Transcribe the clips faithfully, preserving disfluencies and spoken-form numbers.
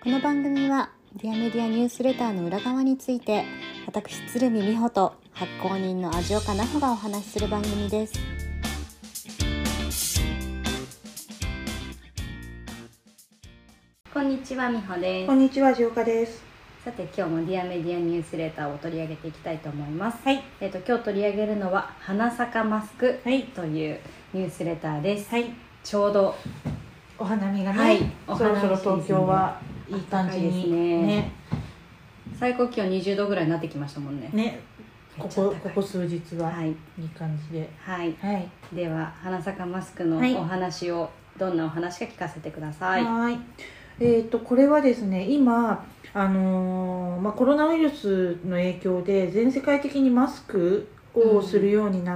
この番組はディアメディアニュースレターの裏側について、私鶴見美穂と発行人の味岡奈穂がお話しする番組です。こんにちは、美穂です。 こんにちは、味岡です。 さて、今日もディアメディアニュースレターを取り上げていきたいと思います。 はい。 えっと今日取り上げるのは花咲マスクはいというニュースレターです。 はい。 ちょうどお花見がね、 はいそろそろ東京はいい感じに暖かいですねね。 最高気温にじゅうどぐらいになってきましたもんね。 ね、ここここ数日ははい、 いい感じで。 はい、 はい。 では花咲マスクのはいお話を、どんなお話か聞かせてください。 はい。えっとこれはですね、今あのーまあコロナウイルスの影響で全世界的にマスクをするようになって、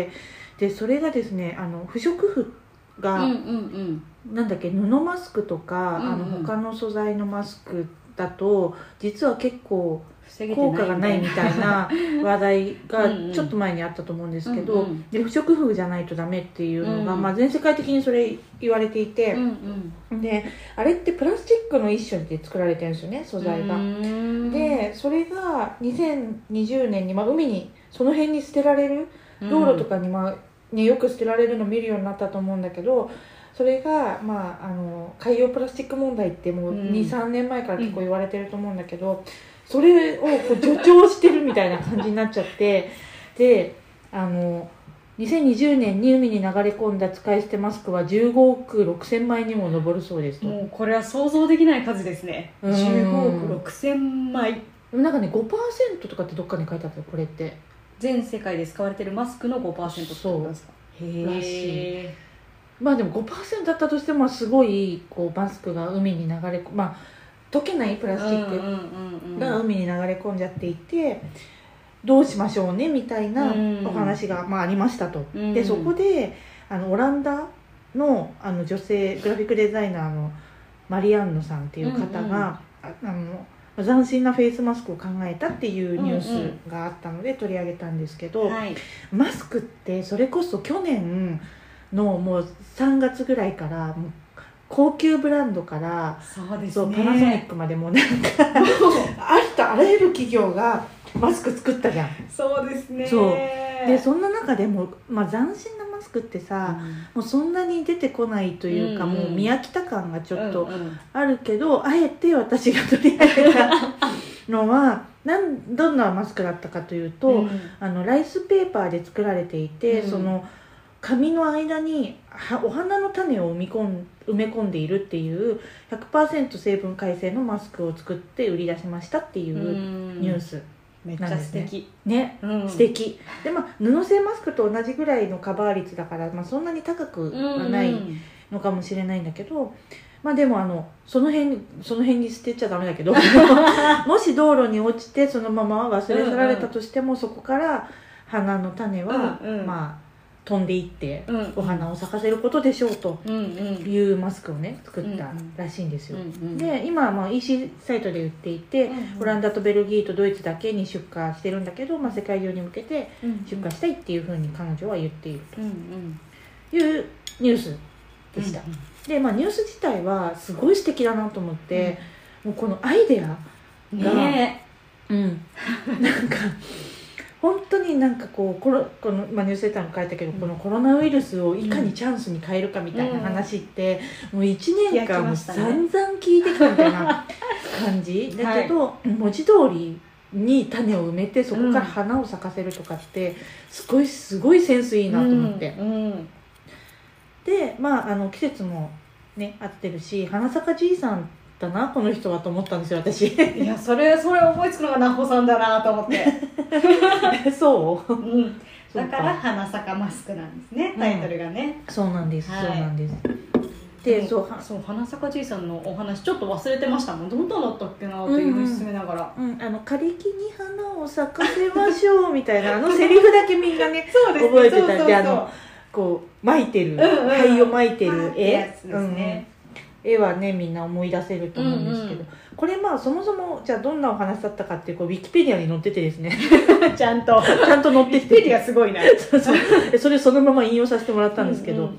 うん、でそれがですね、あの不織布が、 うんうんうん、 なんだっけ、布マスクとか、うんうん、あの他の素材のマスクだと実は結構効果がないみたいな話題がちょっと前にあったと思うんですけど、うんうん、で不織布じゃないとダメっていうのが、うん、まあ、全世界的にそれ言われていて、うんうん、であれってプラスチックの一種で作られてるんですよね、素材が。でそれがにせんにじゅうねんに、まあ、海にその辺に捨てられる道路とかに、まあね、よく捨てられるのを見るようになったと思うんだけど、それが、まあ、あの海洋プラスチック問題ってもうにさんねんまえから結構言われてると思うんだけど、うん、それをこう助長してるみたいな感じになっちゃってであのにせんにじゅうねんに海に流れ込んだ使い捨てマスクはじゅうごおくろくせんまいにも上るそうですと。 もうこれは想像できない数ですね。じゅうごおくろくせんまい。 なんかね ごパーセント とかってどっかに書いてあった、これって全世界で使われているマスクの ごパーセント ってことですか。 へらしい。まあでも ごパーセント だったとしてもすごいこうマスクが海に流れ込む、まあ溶けないプラスチックが海に流れ込んじゃっていて、どうしましょうねみたいなお話が、まあ、ありましたと。でそこであのオランダ の, あの女性グラフィックデザイナーのマリアンヌさんっていう方が、うんうん、あの斬新なフェイスマスクを考えたっていうニュースがあったので取り上げたんですけど、うんうん、はい、マスクってそれこそ去年のもうさんがつぐらいからもう高級ブランドから、 そうですね、 そうパナソニックまでもなんかありとあらゆる企業がマスク作ったじゃん。 そうですね。 そうでそんな中でも、まあ、斬新なマスクってさ、うん、もうそんなに出てこないというか、うんうん、もう見飽きた感がちょっとあるけど、うんうん、あえて私が取り上げたのはなんどんなマスクだったかというと、うん、あのライスペーパーで作られていて、うん、その紙の間にお花の種を埋め込ん、埋め込んでいるっていう ひゃくパーセント 成分改正のマスクを作って売り出しましたっていうニュースなんですね。めっちゃ素敵ね、うん、素敵で、まあ、布製マスクと同じぐらいのカバー率だから、まあ、そんなに高くはないのかもしれないんだけど、まあ、でもあのその辺その辺に捨てちゃダメだけどもし道路に落ちてそのまま忘れ去られたとしても、うんうん、そこから花の種は、うんうん、まあ飛んでいってお花を咲かせることでしょうというマスクをね作ったらしいんですよ。で今はまあ イーシー サイトで売っていて、オランダとベルギーとドイツだけに出荷してるんだけど、まあ、世界中に向けて出荷したいっていうふうに彼女は言っているというニュースでした。で、まあ、ニュース自体はすごい素敵だなと思って、もうこのアイデアが、ね、うんなんか本当になんかこうこのこの、まあ、ニュースレターも書いたけど、うん、このコロナウイルスをいかにチャンスに変えるかみたいな話って、うん、もういちねんかんも散々聞いてきたみたいな感じだけど、はい、文字通りに種を埋めてそこから花を咲かせるとかってすごいすごいセンスいいなと思って、うんうん、でまああの季節もね合ってるし、花咲かじいさんだなこの人はと思ったんですよ私。 いやそれそれ思いつくのが奈穂さんだなと思ってそう、うん、 だから花咲かマスクなんですね、タイトルがね、 うん、そうなんです、はい、そうなんです。 でそうそう花咲かじいさんのお話ちょっと忘れてましたもん。どんなのだったっけなと読み進めながら、 うんうん、あの枯れ木に花を咲かせましょうみたいなあのセリフだけみんなね覚えてたんで、あのこう巻いてる、うんうん、灰を巻いてる絵ですね、うん、絵はねみんな思い出せると思うんですけど、うんうん、これまあそもそもじゃあどんなお話だったかっていうこうウィキペディアに載っててですねちゃんとちゃんと載ってて、 ウィキペディアすごいなそうそうそれそのまま引用させてもらったんですけど、うんうん、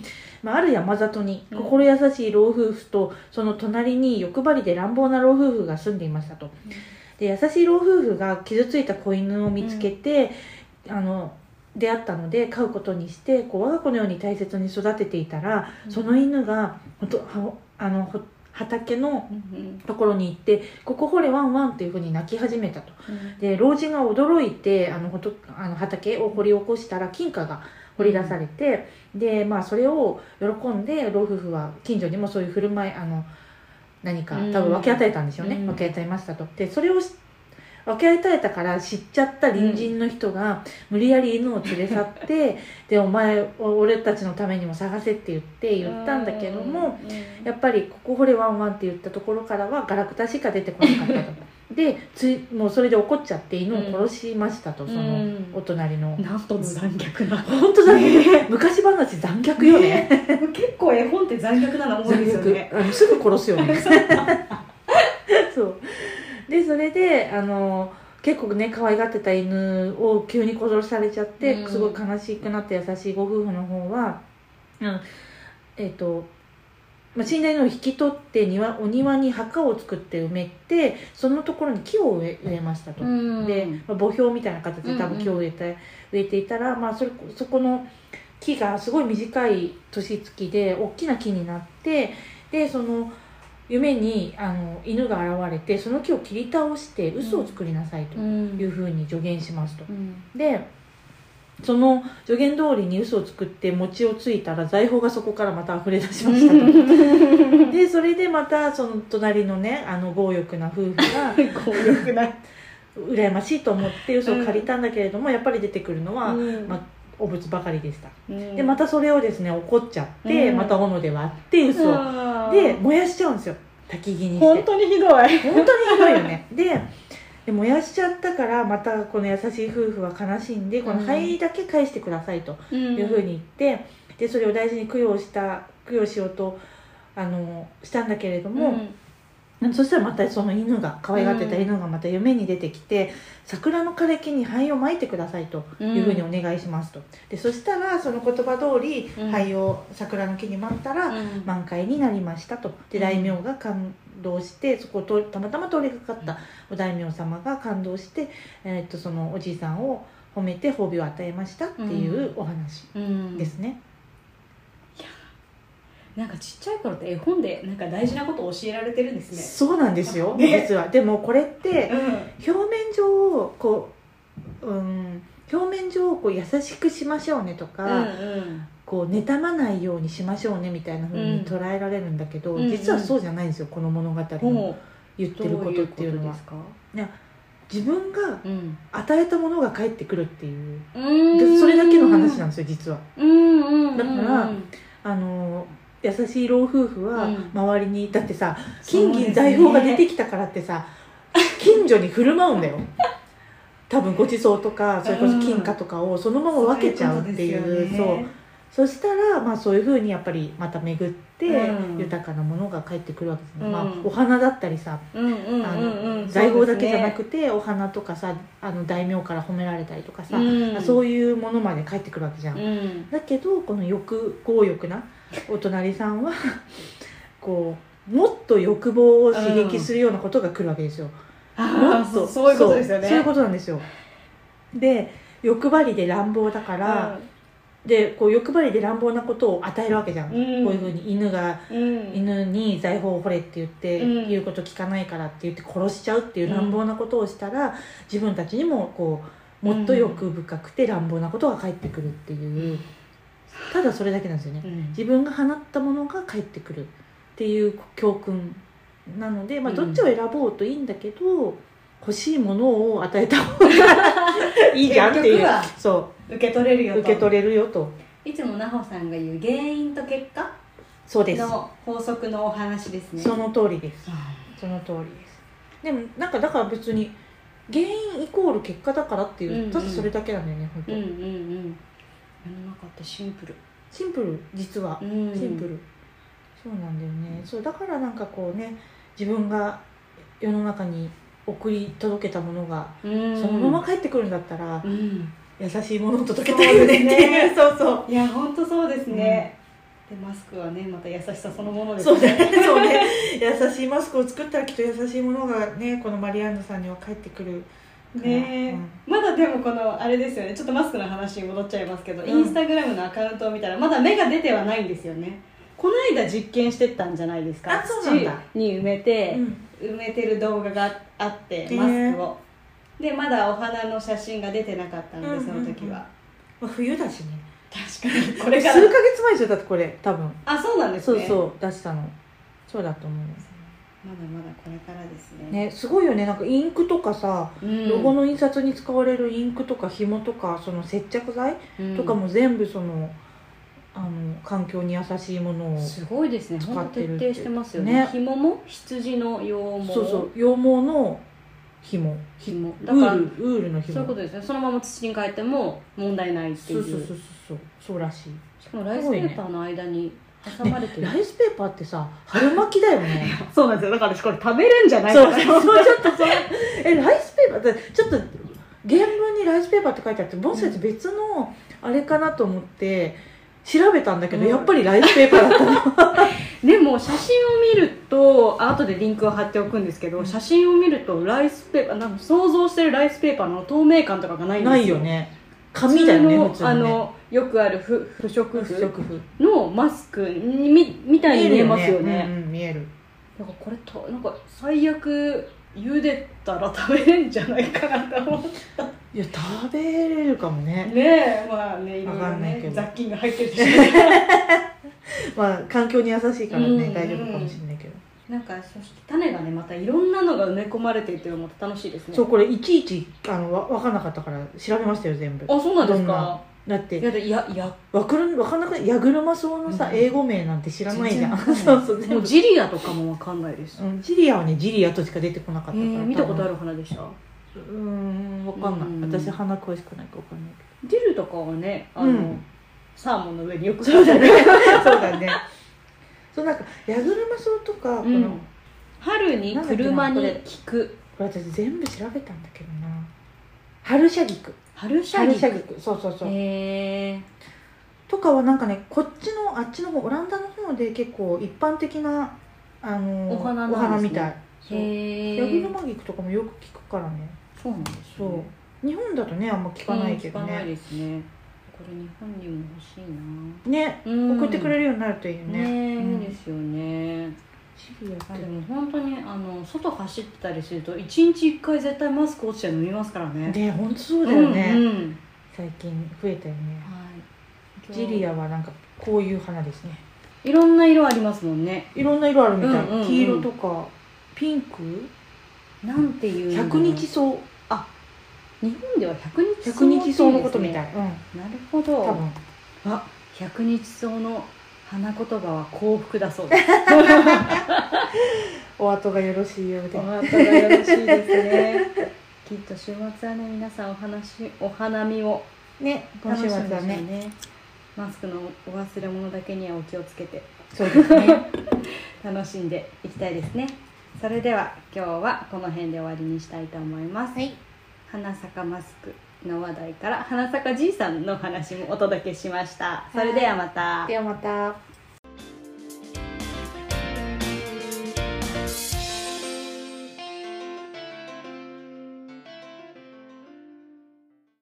まあ、ある山里に心優しい老夫婦とその隣に欲張りで乱暴な老夫婦が住んでいましたと。で優しい老夫婦が傷ついた子犬を見つけて、うん、あの出会ったので飼うことにして、こう我が子のように大切に育てていたら、うん、その犬がほとはあのほ畑のところに行って「ここ掘れワンワン」っていうふうに泣き始めたと。うん、で老人が驚いてあのほとあの畑を掘り起こしたら金貨が掘り出されて、うん、でまあそれを喜んで老夫婦は近所にもそういう振る舞いあの何か多分分け与えたんでしょうね、うん、分け与えましたと。でそれを分け与えたから知っちゃった隣人の人が無理やり犬を連れ去って、うん、でお前俺たちのためにも探せって言って言ったんだけども、うん、やっぱりここ掘れワンワンって言ったところからはガラクタしか出てこなかったと。でつもうそれで怒っちゃって犬を殺しましたと、うん、そのお隣の、 なんと残虐な本当だね昔話残虐よね結構絵本って残虐なの多いですよね。 あのすぐ殺すよねそうでそれであの結構ね可愛がってた犬を急に殺されちゃって、うん、すごい悲しくなって優しいご夫婦の方は、うん、えっ、ー、とまあ、死んだ犬を引き取って庭お庭に墓を作って埋めて、そのところに木を植え植えましたと、うん、で、まあ、墓標みたいな形で多分木を植えた、うんうん、植えていたら、まあ、それそこの木がすごい短い年月で大きな木になって、でその夢にあの犬が現れてその木を切り倒して臼を作りなさいというふうに助言しますと、うん、でその助言通りに臼を作って餅をついたら財宝がそこからまた溢れ出しましたとでそれでまたその隣のねあの強欲な夫婦が強欲な羨ましいと思って臼を借りたんだけれども、うん、やっぱり出てくるのは、うんまあ、お仏ばかりでした、うん、でまたそれをですね怒っちゃって、うん、また斧で割って臼をで燃やしちゃうんですよ、焚き木にして。 本当にひどい本当にひどいよねでで燃やしちゃったからまたこの優しい夫婦は悲しんで、この灰だけ返してくださいというふうに言って、うん、でそれを大事に供養した供養しようとあのしたんだけれども、うん、そしたらまたその犬が可愛がってた犬がまた夢に出てきて、うん、桜の枯れ木に灰をまいてくださいというふうにお願いしますと。でそしたらその言葉通り灰を桜の木に舞ったら満開になりましたと。で大名が感動して、そこをとたまたま通りかかったお大名様が感動して、えー、っとそのおじいさんを褒めて褒美を与えましたっていうお話ですね、 うんうん、いやなんかちっちゃい頃って絵本でなんか大事なことを教えられてるんですね。 そうなんですよ、ね、実は。でもこれって、うん、表面上こう、うん、表面上こう優しくしましょうねとか、うんうんこう妬まないようにしましょうねみたいな風に捉えられるんだけど、うん、実はそうじゃないんですよ、この物語の言ってることっていうのは。どういうことですか？自分が与えたものが返ってくるっていう、うん、でそれだけの話なんですよ実は、うんうんうん、だからあの優しい老夫婦は周りに、だってさ金銀財宝が出てきたからってさ、近所に振る舞うんだよ多分ごちそうとかそれこそ金貨とかをそのまま分けちゃうっていう、そう、そしたら、まあ、そういうふうにやっぱりまた巡って、うん、豊かなものが返ってくるわけですね、うんまあ、お花だったりさ財宝だけじゃなくて、ね、お花とかさあの大名から褒められたりとかさ、うん、そういうものまで返ってくるわけじゃん、うん、だけどこの欲強欲なお隣さんはこうもっと欲望を刺激するようなことが来るわけですよ、 うん、もっとそういうことですよね。 そういうことなんですよ。で欲張りで乱暴だから、うんでこう欲張りで乱暴なことを与えるわけじゃん、うん、こういうふうに犬が、うん、犬に財宝を掘れって言って、うん、言うこと聞かないからって言って殺しちゃうっていう乱暴なことをしたら、うん、自分たちにもこうもっと欲深くて乱暴なことが返ってくるっていう、うん、ただそれだけなんですよね、うん、自分が放ったものが返ってくるっていう教訓なので、まあ、どっちを選ぼうといいんだけど、欲しいものを与えた方がいいじゃんっていうそう受け取れるよと受け取れるよといつも奈穂さんが言う原因と結果そうですの法則のお話ですね。 その通りです、うん、その通りです。でもなんかだから別に原因イコール結果だからっていう、うんうん、ただそれだけなんだよね本当。うんうんうん。 世の中ってシンプルシンプル実は、うん、シンプルそうなんだよね。そうだからなんかこうね自分が世の中に送り届けたものがそのまま帰ってくるんだったら、うん、優しいものを届けたいよねっていう、そうそう、 いや本当そうですね、 でマスクはねまた優しさそのものですね。そうねそうね優しいマスクを作ったらきっと優しいものがねこのマリアンヌさんには返ってくるね、うん、まだでもこのあれですよねちょっとマスクの話に戻っちゃいますけど、うん、インスタグラムのアカウントを見たらまだ芽が出てはないんですよね。この間実験してったんじゃないですか。 あ、そうなんだ。 土に埋めて、 うん、 埋めてる動画があってマスクを、でまだお花の写真が出てなかったので、その時は、 まあ、冬だしね。 確かにこれから数ヶ月前でしょだってこれ多分。 あ、そうなんですね。 そうそう出したのそうだと思います。 まだまだこれからですね。 ね、すごいよね。なんかインクとかさ、うん、ロゴの印刷に使われるインクとか紐とかその接着剤とかも全部その、あの環境に優しいものをすごいですね。 使ってるって徹底してますよね。ね、紐も羊の羊毛、 そうそう羊毛の紐紐だからウールウールの紐、 そういうことですね。そのまま土に変えても問題ないっていう。 そうそうそうそうそうらしい。 しかもライスペーパーの間に挟まれてる、 ね、ライスペーパーってさ春巻きだよねそうなんですよ。だから私これ食べるんじゃないかな。 そうそうそうちょっとそえライスペーパーってちょっと原文にライスペーパーって書いてあってもしかして別のあれかなと思って調べたんだけど、うん、やっぱりライスペーパーだったのでも写真を見ると後でリンクを貼っておくんですけど、うん、写真を見るとライスペーパーなんか想像してるライスペーパーの透明感とかがないんですよ。 ないよね。紙だよね、普通の、 あのよくある不不織布のマスクに み, みたいに見えますよね。 見えるよね、うんうん、見える。 なんかこれとなんか最悪茹でたら食べれんじゃないかなと思った。いや食べれるかもね。 ねえ、まあね、いろいろね雑菌が入ってるしまあ環境に優しいからね、うんうん、大丈夫かもしれないけど。 なんかそして種がねまたいろんなのが埋め込まれているっていうのも楽しいですね。 そうこれいちいちあのわ分かんなかったから調べましたよ全部。 あ、そうなんですか。 だっていやいやいや分かる分かんなくないヤグルマソウのさ、うん、英語名なんて知らないじゃん。そうそうもうジリアとかも分かんないです、 うん、ジリアはねジリアとしか出てこなかったから、えー、 見たことある花でした。 うーん分かんない、うん、私花詳しくないか分かんないけど。ディルとかはねあの、うん、サーモンの上によくそうだねそうだねそうなんかヤグルマソウとか、うん、この春に車に聞くこれ私全部調べたんだけどな。春車菊春車菊そうそうそうへえとかはなんかねこっちのあっちの方オランダの方で結構一般的なあのお花なんですね。お花みたい。 へえヤグルマ菊とかもよく聞くからね。 そうなんですね。 そう日本だとねあんま聞かないけどね、うん、聞かないですね。これ日本にも欲しいなね、うん、送ってくれるようになるといいよね。 ね、うん、いいですよね。でも本当にあの外走ってたりするといちにちいっかい絶対マスク落ちて飲みますからね。 で本当そうだよね、 うんうん、 最近増えたよね、はい、ジリアはなんかこういう花ですね。 いろんな色ありますもんね。 いろんな色あるみたい、うんうんうん、黄色とかピンクなんていうひゃくにち草。あ日本ではひゃくにち草ひゃくにち草のことみたい、うん、 なるほど。 多分あひゃくにち草の花言葉は幸福だそうですお後がよろしいようで。 お後がよろしいですねきっと週末はね皆さんお話お花見をね今週末はねねマスクのお忘れ物だけにはお気をつけてそうですね楽しんでいきたいですね。それでは今日はこの辺で終わりにしたいと思います、はい、花咲マスクの話題から花咲じいさんの話もお届けしました。それではまた。 ではまた。